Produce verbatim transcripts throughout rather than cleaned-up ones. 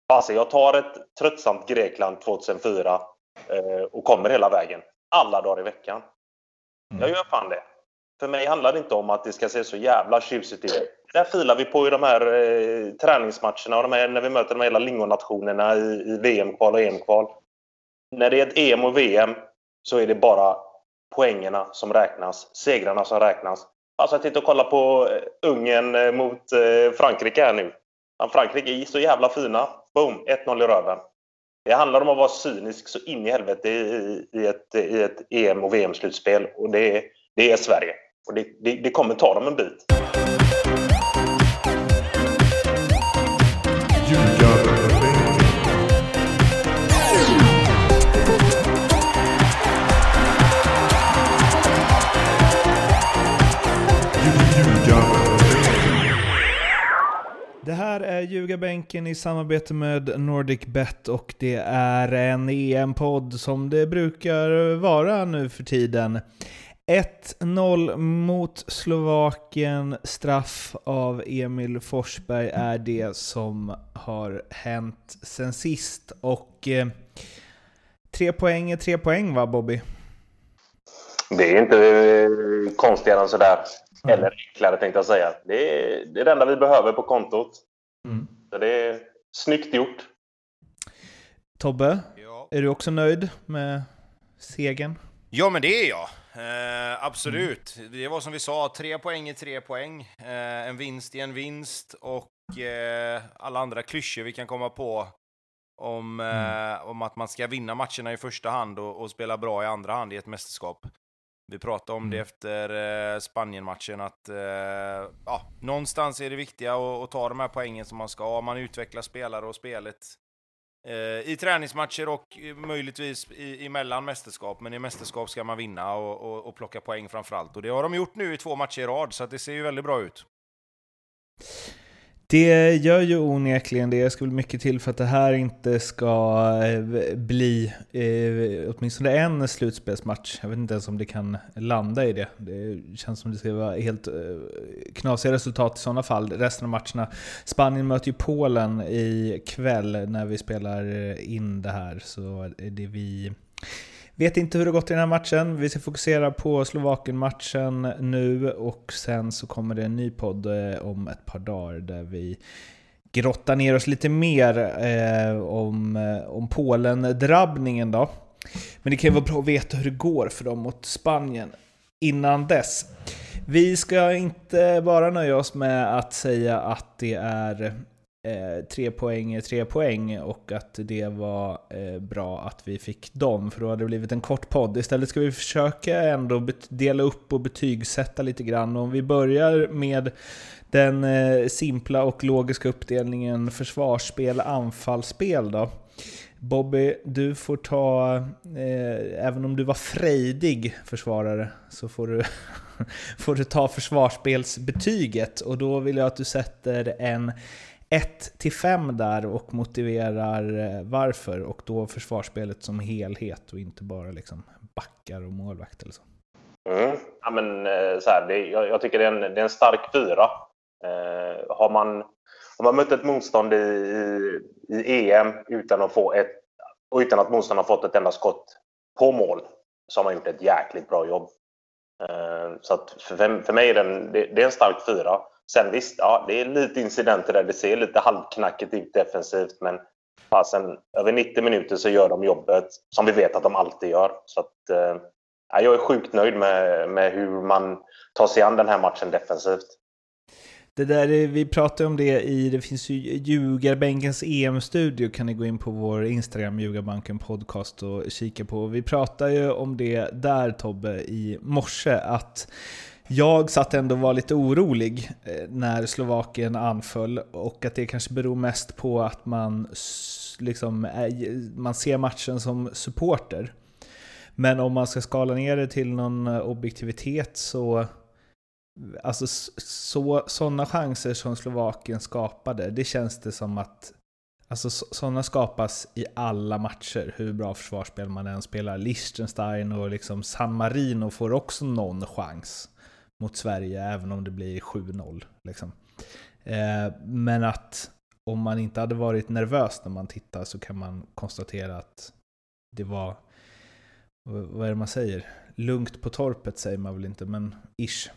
Alltså, jag tar ett tröttsamt Grekland tjugohundrafyra eh, och kommer hela vägen. Alla dagar i veckan. Mm. Jag gör fan det. För mig handlar det inte om att det ska se så jävla tjusigt ut. Där filar vi på i de här eh, träningsmatcherna och de här, när vi möter de här hela lingonationerna i, i V M-kval och E M-kval. När det är ett E M och V M så är det bara poängerna som räknas, segrarna som räknas. Alltså jag tittar och kollar på Ungern mot eh, Frankrike här nu. Frankrike är så jävla fina. Boom, ett noll i röven. Det handlar om att vara cynisk så in i helvete i, i, ett, i ett E M och V M-slutspel. Och det är, det är Sverige. Och det, det, det kommer ta dem en bit. Det här är Ljugarbänken i samarbete med NordicBet och det är en E M-podd som det brukar vara nu för tiden. ett noll mot Slovakien, straff av Emil Forsberg är det som har hänt sen sist. Och eh, tre poäng är tre poäng, va Bobby? Det är inte konstigare än sådär. Mm. Eller enklare tänkte jag säga. Det är, det är det enda vi behöver på kontot. Mm. Så det är snyggt gjort. Tobbe, ja. Är du också nöjd med segern? Ja, men det är jag. Eh, absolut. Mm. Det var som vi sa, tre poäng är tre poäng. Eh, en vinst är en vinst. Och eh, alla andra klyschor vi kan komma på om, mm. eh, om att man ska vinna matcherna i första hand och, och spela bra i andra hand i ett mästerskap. Vi pratade om mm. det efter eh, Spanien-matchen att eh, ja, någonstans är det viktiga att, att ta de här poängen som man ska. Man utvecklar spelare och spelet eh, i träningsmatcher och möjligtvis i, i mellan mästerskap. Men i mästerskap ska man vinna och, och, och plocka poäng framförallt. Och det har de gjort nu i två matcher i rad, så att det ser ju väldigt bra ut. Det gör ju onekligen det. Jag skulle mycket till för att det här inte ska bli eh, åtminstone en slutspelsmatch. Jag vet inte ens om det kan landa i det. Det känns som det ska vara helt eh, knasiga resultat i sådana fall. Resten av matcherna. Spanien möter ju Polen i kväll när vi spelar in det här. Så är det vi... Vet inte hur det gått i den här matchen. Vi ska fokusera på Slovakien-matchen nu och sen så kommer det en ny podd om ett par dagar där vi grottar ner oss lite mer eh, om, om Polen-drabbningen då. Men det kan ju vara bra att veta hur det går för dem mot Spanien innan dess. Vi ska inte bara nöja oss med att säga att det är Eh, tre poäng är tre poäng och att det var eh, bra att vi fick dem, för då hade det blivit en kort podd. Istället ska vi försöka ändå bet- dela upp och betygsätta lite grann. Om vi börjar med den eh, simpla och logiska uppdelningen försvarsspel, anfallsspel då. Bobby, du får ta, eh, även om du var frejdig försvarare, så får du, får du ta försvarsspelsbetyget, och då vill jag att du sätter en ett till fem där och motiverar varför, och då försvarsspelet som helhet och inte bara liksom backar och målvakt eller så. Mm. Ja, men så här, det, jag, jag tycker det är en, det är en stark fyra. Eh, har man har man mött ett motstånd i, i, i E M utan att få ett och utan att motståndaren har fått ett enda skott på mål, så har man gjort ett jäkligt bra jobb. Eh, så att för, för mig är den, det, det är en stark fyra. Sen visst, ja, det är lite incidenter där det ser lite halvknackigt ut defensivt, men sen över nittio minuter så gör de jobbet som vi vet att de alltid gör. Så att, eh, jag är sjukt nöjd med, med hur man tar sig an den här matchen defensivt. Det där, vi pratar om det i, det finns ju Ljugarbänkens E M-studio, kan ni gå in på vår Instagram, Ljugarbanken podcast, och kika på. Vi pratar ju om det där, Tobbe, i morse, att jag satt ändå var lite orolig när Slovakien anföll, och att det kanske beror mest på att man liksom man ser matchen som supporter. Men om man ska skala ner det till någon objektivitet, så alltså så sådana chanser som Slovakien skapade, det känns det som att alltså sådana skapas i alla matcher, hur bra försvarsspel man än spelar. Liechtenstein och liksom San Marino får också någon chans mot Sverige, även om det blir sju noll liksom. eh, men att om man inte hade varit nervös när man tittar så kan man konstatera att det var, vad är det man säger? Lugnt på torpet säger man väl inte, men ish.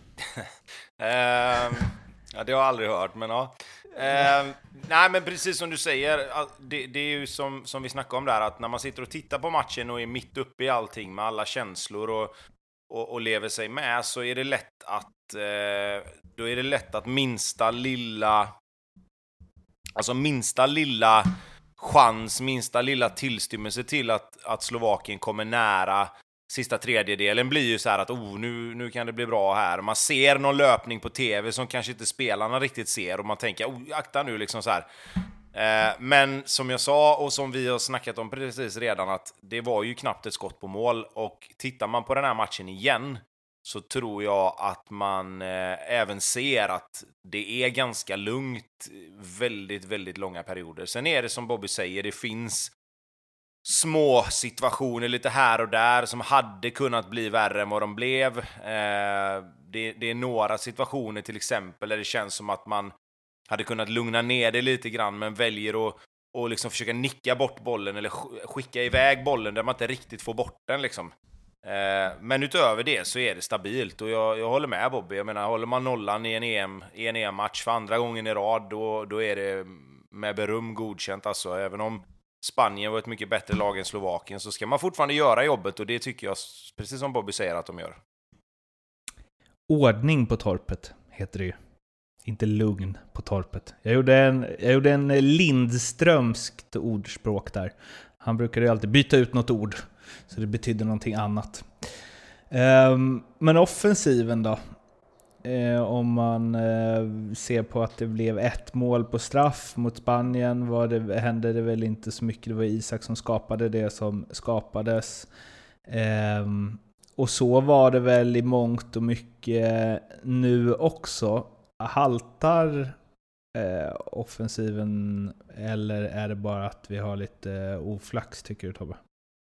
um, ja, det har jag aldrig hört, men ja. Um, nej, men precis som du säger, det, det är ju som, som vi snackade om där, att när man sitter och tittar på matchen och är mitt uppe i allting med alla känslor och, och, och lever sig med, så är det lätt att eh, då är det lätt att minsta lilla alltså minsta lilla chans, minsta lilla tillstymmelse till att, att Slovakien kommer nära sista tredjedelen blir ju så här att oh, nu, nu kan det bli bra här. Man ser någon löpning på tv som kanske inte spelarna riktigt ser och man tänker, oh, akta nu liksom så här. Eh, men som jag sa och som vi har snackat om precis redan, att det var ju knappt ett skott på mål, och tittar man på den här matchen igen så tror jag att man eh, även ser att det är ganska lugnt väldigt, väldigt långa perioder. Sen är det som Bobby säger, det finns små situationer lite här och där som hade kunnat bli värre än vad de blev. Eh, det, det är några situationer till exempel där det känns som att man hade kunnat lugna ner det lite grann, men väljer att och liksom försöka nicka bort bollen eller skicka iväg bollen där man inte riktigt får bort den liksom. Eh, men utöver det så är det stabilt, och jag, jag håller med Bobby. Jag menar, håller man nollan i en E M, i en E M-match för andra gången i rad, då, då är det med beröm godkänt alltså. Även om Spanien var ett mycket bättre lag än Slovakien så ska man fortfarande göra jobbet, och det tycker jag, precis som Bobby säger, att de gör. Ordning på torpet heter det ju. Inte lugn på torpet. Jag gjorde en, jag gjorde en Lindströmskt ordspråk där. Han brukade ju alltid byta ut något ord så det betyder någonting annat. Um, men offensiven då? Uh, om man uh, ser på att det blev ett mål på straff mot Spanien, var det, hände det väl inte så mycket. Det var Isak som skapade det som skapades. Um, och så var det väl i mångt och mycket nu också. Haltar eh, offensiven, eller är det bara att vi har lite eh, oflax, tycker du, Tobbe?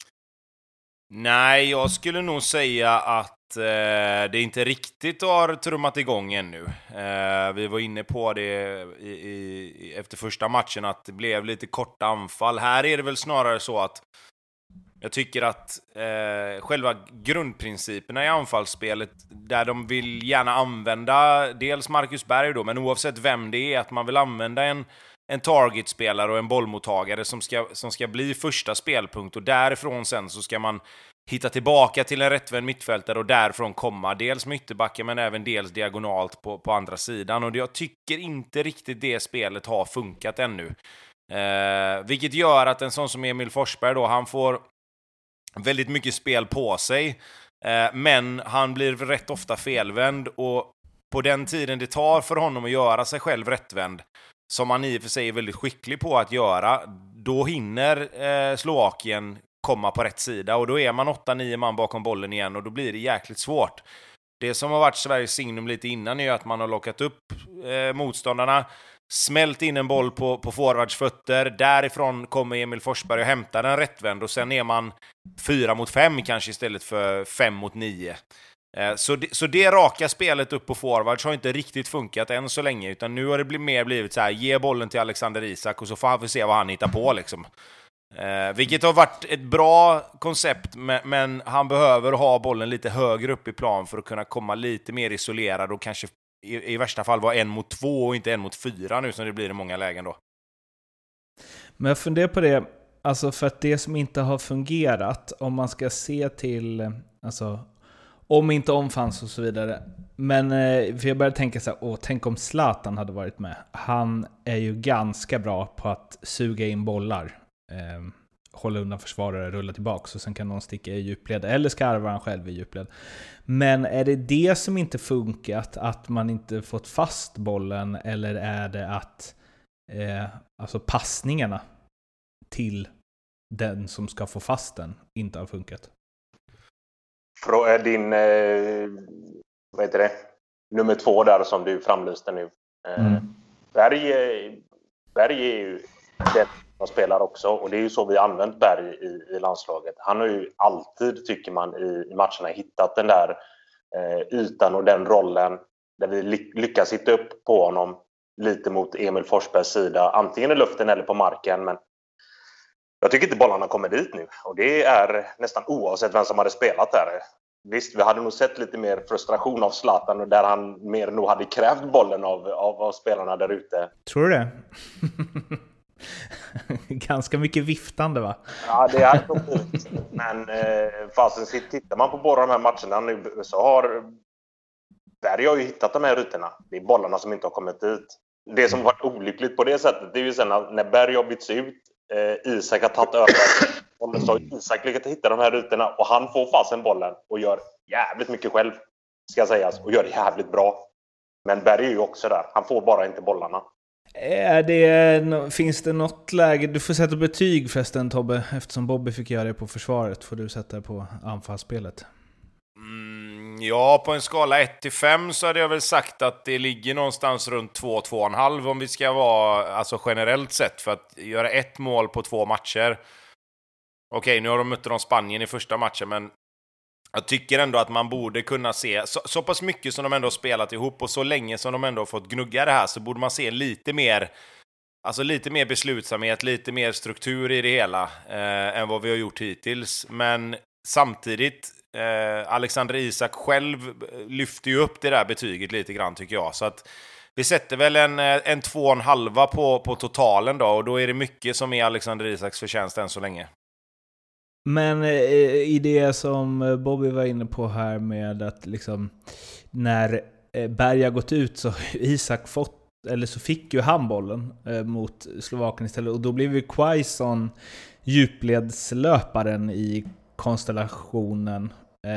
Nej, jag skulle nog säga att eh, det inte riktigt har trummat igång ännu. Eh, vi var inne på det i, i, efter första matchen, att det blev lite korta anfall. Här är det väl snarare så att jag tycker att eh, själva grundprinciperna i anfallsspelet, där de vill gärna använda dels Marcus Berg då, men oavsett vem det är, att man vill använda en, en targetspelare och en bollmottagare som ska, som ska bli första spelpunkt, och därifrån sen så ska man hitta tillbaka till en rättvänd mittfältare och därifrån komma dels med ytterbacken men även dels diagonalt på, på andra sidan. Och jag tycker inte riktigt det spelet har funkat ännu. Eh, vilket gör att en sån som Emil Forsberg då, han får väldigt mycket spel på sig, eh, men han blir rätt ofta felvänd, och på den tiden det tar för honom att göra sig själv rättvänd, som han i och för sig är väldigt skicklig på att göra, då hinner eh, Slovakien komma på rätt sida, och då är man åtta nio man bakom bollen igen, och då blir det jäkligt svårt. Det som har varit Sveriges signum lite innan är att man har lockat upp eh, motståndarna, smält in en boll på, på forwards fötter, därifrån kommer Emil Forsberg och hämtar den rättvänd, och sen är man fyra mot fem kanske istället för fem mot nio. Eh, så, det, så det raka spelet upp på forwards har inte riktigt funkat än så länge, utan nu har det blivit mer blivit så här: ge bollen till Alexander Isak och så får han få se vad han hittar på liksom. Eh, vilket har varit ett bra koncept, men, men han behöver ha bollen lite högre upp i plan för att kunna komma lite mer isolerad och kanske i, i värsta fall vara en mot två och inte en mot fyra nu som det blir i många lägen då. Men jag funderar på det, alltså för att det som inte har fungerat, om man ska se till, alltså om inte omfanns och så vidare. Men för jag började tänka så här, åh, tänk om Zlatan hade varit med. Han är ju ganska bra på att suga in bollar. Eh, hålla undan försvarare, rulla tillbaka, och sen kan någon sticka i djupled, eller skarva han själv i djupled. Men är det det som inte funkat, att man inte fått fast bollen, eller är det att eh, alltså passningarna till den som ska få fast den inte har funkat? Din eh, vad heter det? Nummer två där som du framlyste nu. Eh, mm. Berg, Berg är ju den som spelar också, och det är ju så vi använt Berg i, i landslaget. Han har ju alltid, tycker man, i, i matcherna hittat den där eh, ytan och den rollen där vi ly- lyckas hitta upp på honom lite mot Emil Forsbergs sida, antingen i luften eller på marken, men jag tycker inte bollarna kommer dit nu, och det är nästan oavsett vem som hade spelat där. Visst, vi hade nog sett lite mer frustration av Zlatan, och där han mer nog hade krävt bollen av, av, av spelarna där ute. Tror du det? Ganska mycket viftande, va? Ja, det är så. Men eh, fastän tittar man på båda de här matcherna nu, så har Berg har ju hittat de här rutorna. Det är bollarna som inte har kommit dit. Det som varit olyckligt på det sättet, det är ju sen när Berg har bytts ut, eh, Isak har tagit över bollen, så har Isak lyckats hitta de här rutorna, och han får fasen bollen och gör jävligt mycket själv, ska sägas, och gör det jävligt bra. Men Berg är ju också där. Han får bara inte bollarna. Är det, finns det något läge, du får sätta betyg förresten, Tobbe, eftersom Bobby fick göra det på försvaret, får du sätta det på anfallsspelet. Mm, ja, på en skala ett till fem så hade jag väl sagt att det ligger någonstans runt två till två komma fem om vi ska vara, alltså generellt sett, för att göra ett mål på två matcher. Okej, nu har de mött de Spanien i första matchen, men jag tycker ändå att man borde kunna se så, så pass mycket som de ändå har spelat ihop, och så länge som de ändå har fått gnugga det här, så borde man se lite mer, alltså lite mer beslutsamhet, lite mer struktur i det hela eh, än vad vi har gjort hittills. Men samtidigt, eh, Alexander Isak själv lyfter ju upp det där betyget lite grann, tycker jag. Så att vi sätter väl en, en två och en halva på, på totalen då, och då är det mycket som är Alexander Isaks förtjänst än så länge. Men i det som Bobby var inne på här med att liksom när Berg har gått ut så har Isak fått, eller så fick ju han bollen mot Slovakien istället, och då blev ju Quaison djupledslöparen i konstellationen,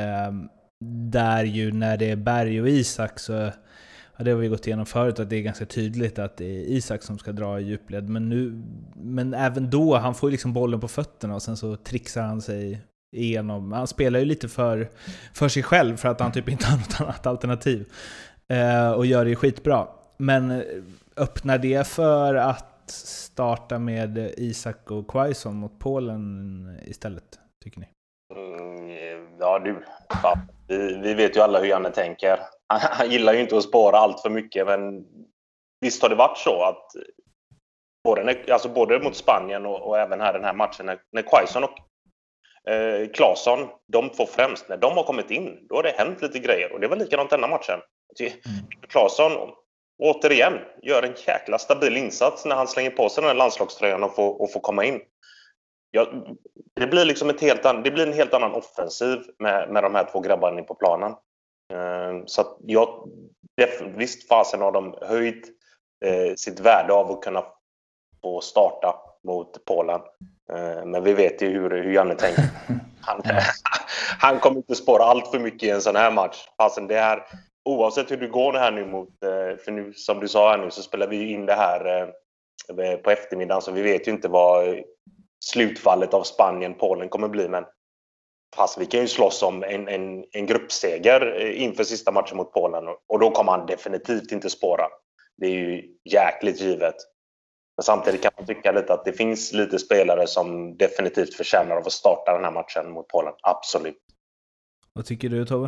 där ju när det är Berg och Isak så, ja, det har vi gått igenom förut, att det är ganska tydligt att det är Isak som ska dra i djupled. Men, nu, men även då, han får ju liksom bollen på fötterna och sen så trixar han sig igenom. Han spelar ju lite för, för sig själv för att han typ inte har något annat alternativ. Eh, och gör det skitbra. Men öppnar det för att starta med Isak och Quaison mot Polen istället, tycker ni? Mm, ja, du. Fan. Vi, vi vet ju alla hur Janne tänker. Han, han gillar ju inte att spåra allt för mycket, men visst har det varit så att både, alltså både mot Spanien och, och även här den här matchen när, när Quaison och eh, Claesson, de två främst, när de har kommit in, då har det hänt lite grejer, och det var likadant denna matchen. Mm. Claesson återigen gör en jäkla stabil insats när han slänger på sig den här landslagströjan och får, och får komma in. Ja, det blir liksom ett helt an, det blir en helt annan offensiv med, med de här två grabbarna på planen. Uh, så att jag, visst fasen har de höjt uh, sitt värde av att kunna få starta mot Polen. Uh, men vi vet ju hur, hur Janne tänker. Han, han kommer inte spåra allt för mycket i en sån här match. Fasen, det är, oavsett hur det går här nu mot, uh, för nu som du sa här nu så spelar vi in det här uh, på eftermiddagen, så vi vet ju inte vad slutfallet av Spanien-Polen kommer bli, men fast vi kan ju slåss om en, en, en gruppseger inför sista matchen mot Polen, och då kommer han definitivt inte spåra. Det är ju jäkligt givet. Men samtidigt kan man tycka lite att det finns lite spelare som definitivt förtjänar att få starta den här matchen mot Polen. Absolut. Vad tycker du, Tobbe?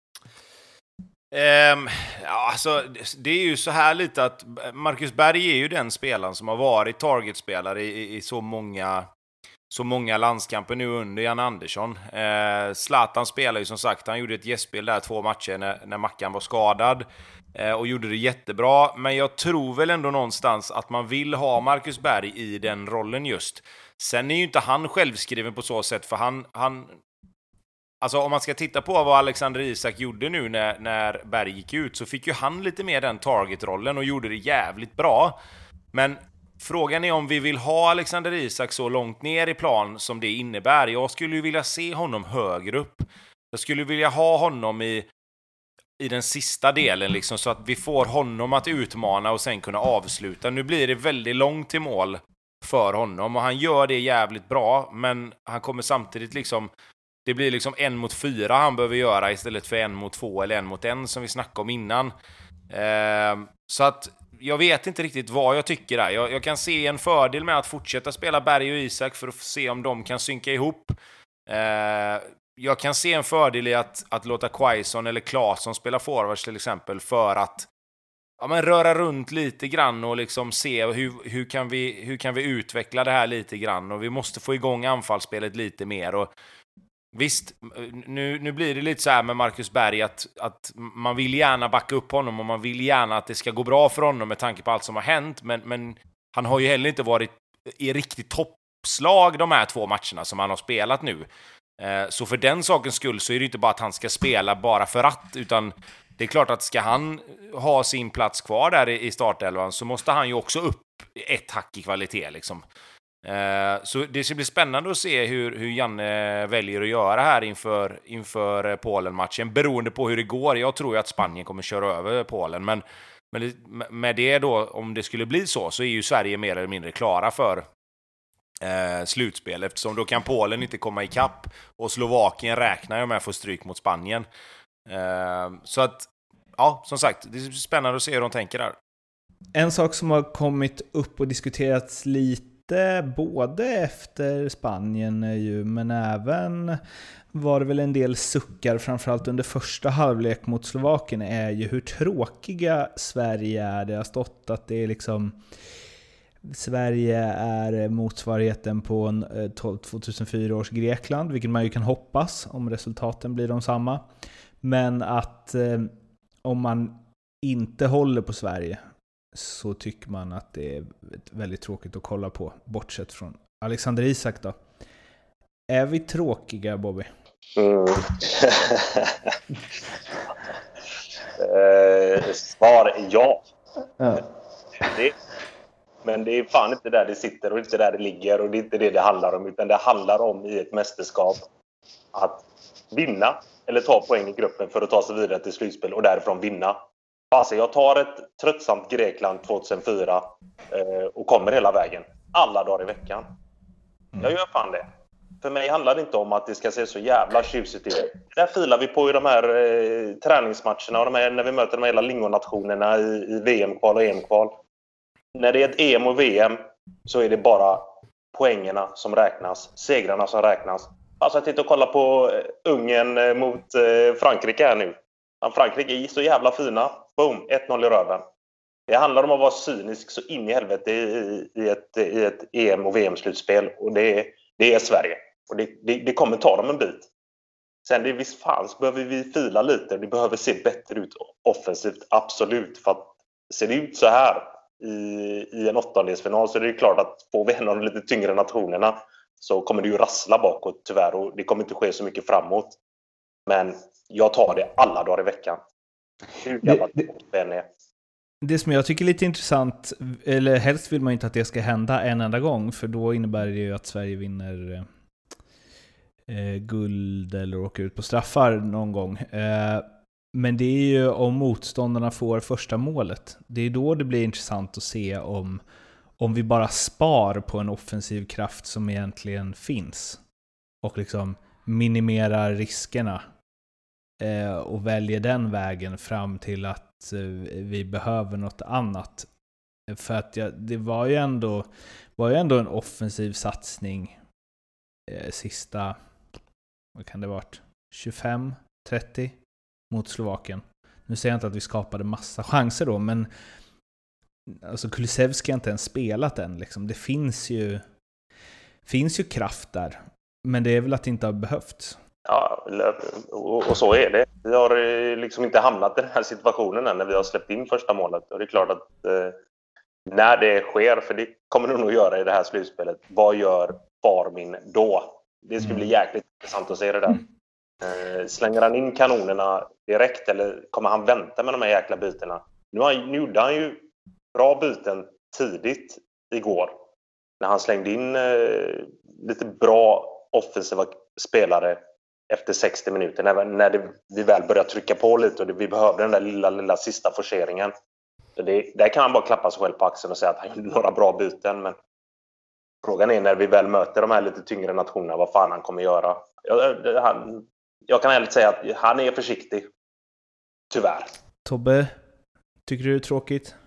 Um, ja, alltså, det är ju så här lite att Marcus Berg är ju den spelaren som har varit targetspelare i, i, i så många så många landskamper nu under Jan Andersson. Eh, Zlatan spelar ju som sagt, han gjorde ett gästspel där två matcher när, när Mackan var skadad eh, och gjorde det jättebra, men jag tror väl ändå någonstans att man vill ha Marcus Berg i den rollen just. Sen är ju inte han självskriven på så sätt, för han, han alltså om man ska titta på vad Alexander Isak gjorde nu när, när Berg gick ut, så fick ju han lite mer den targetrollen och gjorde det jävligt bra. Men frågan är om vi vill ha Alexander Isak så långt ner i plan som det innebär. Jag skulle ju vilja se honom högre upp. Jag skulle vilja ha honom i, i den sista delen liksom, så att vi får honom att utmana och sen kunna avsluta. Nu blir det väldigt långt till mål för honom och han gör det jävligt bra, men han kommer samtidigt liksom, det blir liksom en mot fyra han behöver göra istället för en mot två eller en mot en som vi snackade om innan. Eh, så att jag vet inte riktigt vad jag tycker där. Jag, jag kan se en fördel med att fortsätta spela Berg och Isak för att se om de kan synka ihop. Eh, jag kan se en fördel i att, att låta Quaison eller Claesson spela forwards till exempel, för att ja, men röra runt lite grann och liksom se hur, hur, kan vi, hur kan vi utveckla det här lite grann. Och vi måste få igång anfallsspelet lite mer. Och visst, nu, nu blir det lite så här med Marcus Berg att, att man vill gärna backa upp honom och man vill gärna att det ska gå bra för honom med tanke på allt som har hänt. Men, men han har ju heller inte varit i riktigt toppslag de här två matcherna som han har spelat nu. Så för den sakens skull så är det inte bara att han ska spela bara för att, utan det är klart att ska han ha sin plats kvar där i startelvan så måste han ju också upp ett hack i kvalitet liksom. Så det ska bli spännande att se hur, hur Janne väljer att göra här inför, inför Polen-matchen, beroende på hur det går. Jag tror ju att Spanien kommer köra över Polen, men, men med det då, om det skulle bli så, så är ju Sverige mer eller mindre klara för Eh, slutspel, eftersom då kan Polen inte komma i kapp och Slovakien räknar jag med att få stryk mot Spanien. Eh, så att, ja, som sagt, det är spännande att se hur de tänker där. En sak som har kommit upp och diskuterats lite både efter Spanien är ju, men även var det väl en del suckar framförallt under första halvlek mot Slovakien, är ju hur tråkiga Sverige är. Det har stått att det är liksom Sverige är motsvarigheten på tvåtusenfyra års Grekland, vilket man ju kan hoppas om resultaten blir de samma. Men att eh, om man inte håller på Sverige så tycker man att det är väldigt tråkigt att kolla på, bortsett från Alexander Isak då. Är vi tråkiga, Bobby? Mm. eh, svar är ja. ja. Det Men det är fan inte där det sitter och inte där det ligger och det är inte det det handlar om, utan det handlar om i ett mästerskap att vinna eller ta poäng i gruppen för att ta sig vidare till slutspel och därifrån vinna. Alltså jag tar ett tröttsamt Grekland tvåtusenfyra eh, och kommer hela vägen. Alla dagar i veckan. Jag gör fan det. För mig handlar det inte om att det ska se så jävla tjusigt ut. Där filar vi på i de här eh, träningsmatcherna och de här, när vi möter de här hela lingonationerna i, i V M-kval och E M-kval. När det är ett E M och V M så är det bara poängerna som räknas, segrarna som räknas. Alltså att titta och kolla på Ungern mot Frankrike här nu. Frankrike är så jävla fina. Boom, ett noll i röven. Det handlar om att vara cynisk så in i helvete i, i, ett, i ett E M och V M-slutspel. Och det är, det är Sverige. Och det, det, det kommer ta dem en bit. Sen det är visst fans behöver vi fila lite. Det behöver se bättre ut offensivt, absolut. För att ser det ut så här i, i en åttondelsfinal så är det ju klart att får vi en av de lite tyngre nationerna så kommer det ju rassla bakåt tyvärr. Och det kommer inte ske så mycket framåt. Men jag tar det alla dagar i veckan. Hur jävla det än är. Det som jag tycker är lite intressant, eller helst vill man inte att det ska hända en enda gång, för då innebär det ju att Sverige vinner eh, guld eller åker ut på straffar någon gång. Eh, men det är ju om motståndarna får första målet. Det är då det blir intressant att se om, om vi bara spar på en offensiv kraft som egentligen finns och liksom minimerar riskerna eh, och väljer den vägen fram till att vi behöver något annat. För att ja, det var ju ändå var ju ändå en offensiv satsning eh, sista, vad kan det varit, tjugofem trettio mot Slovakien. Nu säger jag inte att vi skapade massa chanser då, men alltså Kulusevski har inte ens spelat än liksom. Det finns ju finns ju kraft där, men det är väl att det inte har behövts. Ja, och så är det. Vi har liksom inte hamnat i den här situationen än när vi har släppt in första målet. Och det är klart att eh, när det sker, för det kommer du nog göra i det här slutspelet, vad gör Farmin då? Det skulle bli jäkligt intressant att se det där. Eh, slänger han in kanonerna direkt eller kommer han vänta med de här jäkla bytena? Nu, har, nu gjorde han ju bra byten tidigt igår. När han slängde in eh, lite bra offensiva spelare efter sextio minuter, när, när det, vi väl började trycka på lite och det, vi behövde den där lilla, lilla sista forceringen. Så det, där kan han bara klappa sig själv på axeln och säga att han gjorde några bra byten, men frågan är när vi väl möter de här lite tyngre nationerna, vad fan han kommer göra. Jag, han, jag kan ärligt säga att han är försiktig. Tyvärr. Tobbe, tycker du det är tråkigt?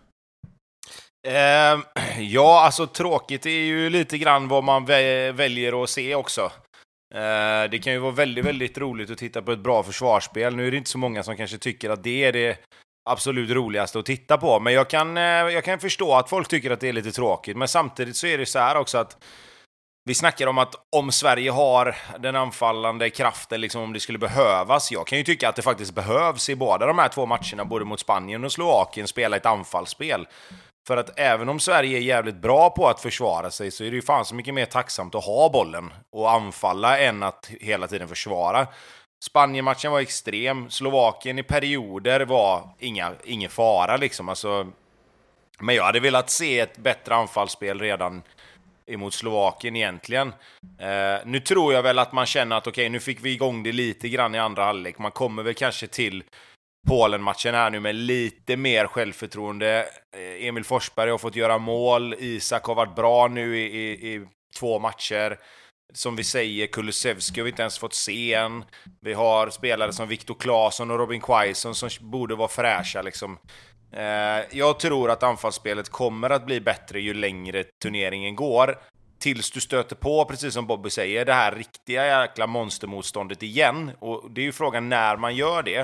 Eh, ja, alltså tråkigt är ju lite grann vad man vä- väljer att se också. Eh, det kan ju vara väldigt, väldigt roligt att titta på ett bra försvarsspel. Nu är det inte så många som kanske tycker att det är det absolut roligaste att titta på. Men jag kan, jag kan förstå att folk tycker att det är lite tråkigt. Men samtidigt så är det så här också att vi snackar om att om Sverige har den anfallande kraften, liksom om det skulle behövas. Jag kan ju tycka att det faktiskt behövs i båda de här två matcherna, både mot Spanien och Slovakien, spela ett anfallsspel. För att även om Sverige är jävligt bra på att försvara sig så är det ju fan så mycket mer tacksamt att ha bollen och anfalla än att hela tiden försvara. Spanien-matchen var extrem. Slovakien i perioder var inga, ingen fara liksom. Alltså, men jag hade velat se ett bättre anfallsspel redan emot Slovakien egentligen. Eh, nu tror jag väl att man känner att okej, okay, nu fick vi igång det lite grann i andra halvlek. Man kommer väl kanske till Polen-matchen här nu med lite mer självförtroende. Eh, Emil Forsberg har fått göra mål. Isak har varit bra nu i, i, i två matcher. Som vi säger, Kulusevski har vi inte ens fått se än. Vi har spelare som Viktor Claesson och Robin Quaison som borde vara fräscha liksom. Eh, jag tror att anfallsspelet kommer att bli bättre ju längre turneringen går. Tills du stöter på, precis som Bobby säger, det här riktiga jäkla monstermotståndet igen. Och det är ju frågan när man gör det.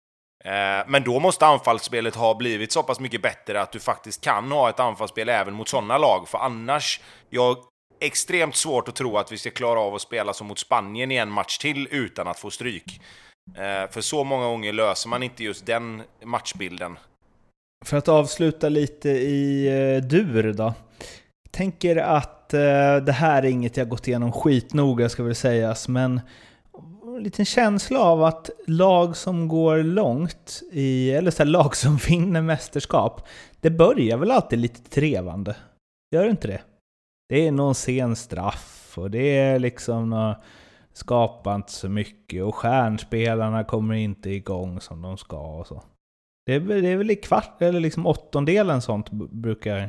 Eh, men då måste anfallsspelet ha blivit så pass mycket bättre att du faktiskt kan ha ett anfallsspel även mot sådana lag. För annars, jag extremt svårt att tro att vi ska klara av att spela som mot Spanien i en match till utan att få stryk. Eh, för så många gånger löser man inte just den matchbilden. För att avsluta lite i eh, dur då. Tänker att eh, det här är inget jag gått igenom skitnoga ska väl sägas, men en liten känsla av att lag som går långt i, eller så här, lag som vinner mästerskap, det börjar väl alltid lite trevande. Gör det inte det? Det är någon sen straff och det är liksom något, skapar inte så mycket och stjärnspelarna kommer inte igång som de ska och så. Det är, det är väl i kvart eller liksom åttondelen sånt brukar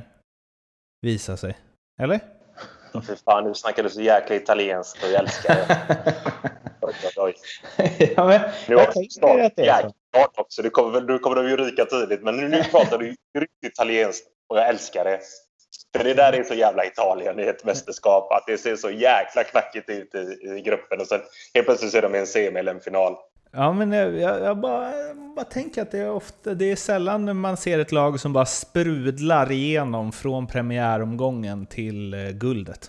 visa sig. Eller? Fy fan, nu snackar du så jäkla italienskt och jag älskar det. Oj, oj. Ja, men, nu har jag snart jäkla också. Du kommer, du kommer att ju ryka tidigt. Men nu, nu pratar du riktigt italienskt och jag älskar det. För det där är så jävla Italien i ett mästerskap. Att det ser så jäkla knackigt ut i, i gruppen. Och sen helt plötsligt ser de i en semi eller en final. Ja, men jag, jag, bara, bara tänker att det är ofta, det är sällan man ser ett lag som bara sprudlar igenom från premiäromgången till eh, guldet.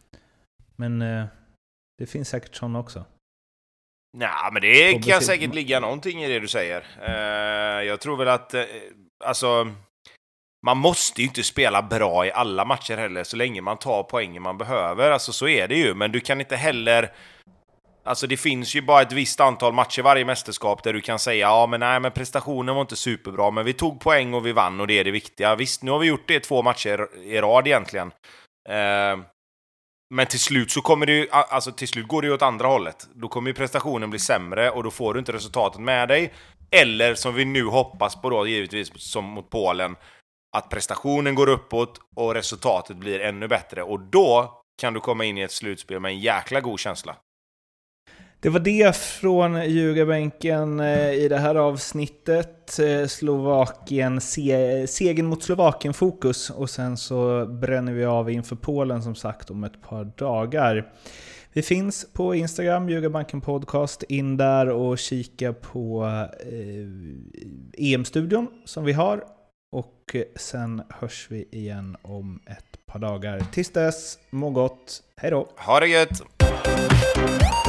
Men eh, det finns säkert sådana också. Nej, men det kan precis säkert ligga någonting i det du säger. Uh, jag tror väl att uh, alltså, man måste ju inte spela bra i alla matcher heller så länge man tar poängen man behöver. Alltså så är det ju, men du kan inte heller. Alltså det finns ju bara ett visst antal matcher varje mästerskap där du kan säga ja men nej men prestationen var inte superbra men vi tog poäng och vi vann och det är det viktiga. Visst, nu har vi gjort det i två matcher i rad egentligen. Eh, men till slut så kommer det ju, alltså till slut går det ju åt andra hållet. Då kommer ju prestationen bli sämre och då får du inte resultatet med dig. Eller som vi nu hoppas på då givetvis som mot Polen, att prestationen går uppåt och resultatet blir ännu bättre. Och då kan du komma in i ett slutspel med en jäkla god känsla. Det var det från ljugarbänken i det här avsnittet. Slovakien, se, segern mot Slovakien fokus. Och sen så bränner vi av inför Polen som sagt om ett par dagar. Vi finns på Instagram, Ljugarbanken Podcast. In där och kika på eh, E M-studion som vi har. Och sen hörs vi igen om ett par dagar. Tills dess, må gott. Hej då! Ha det gött!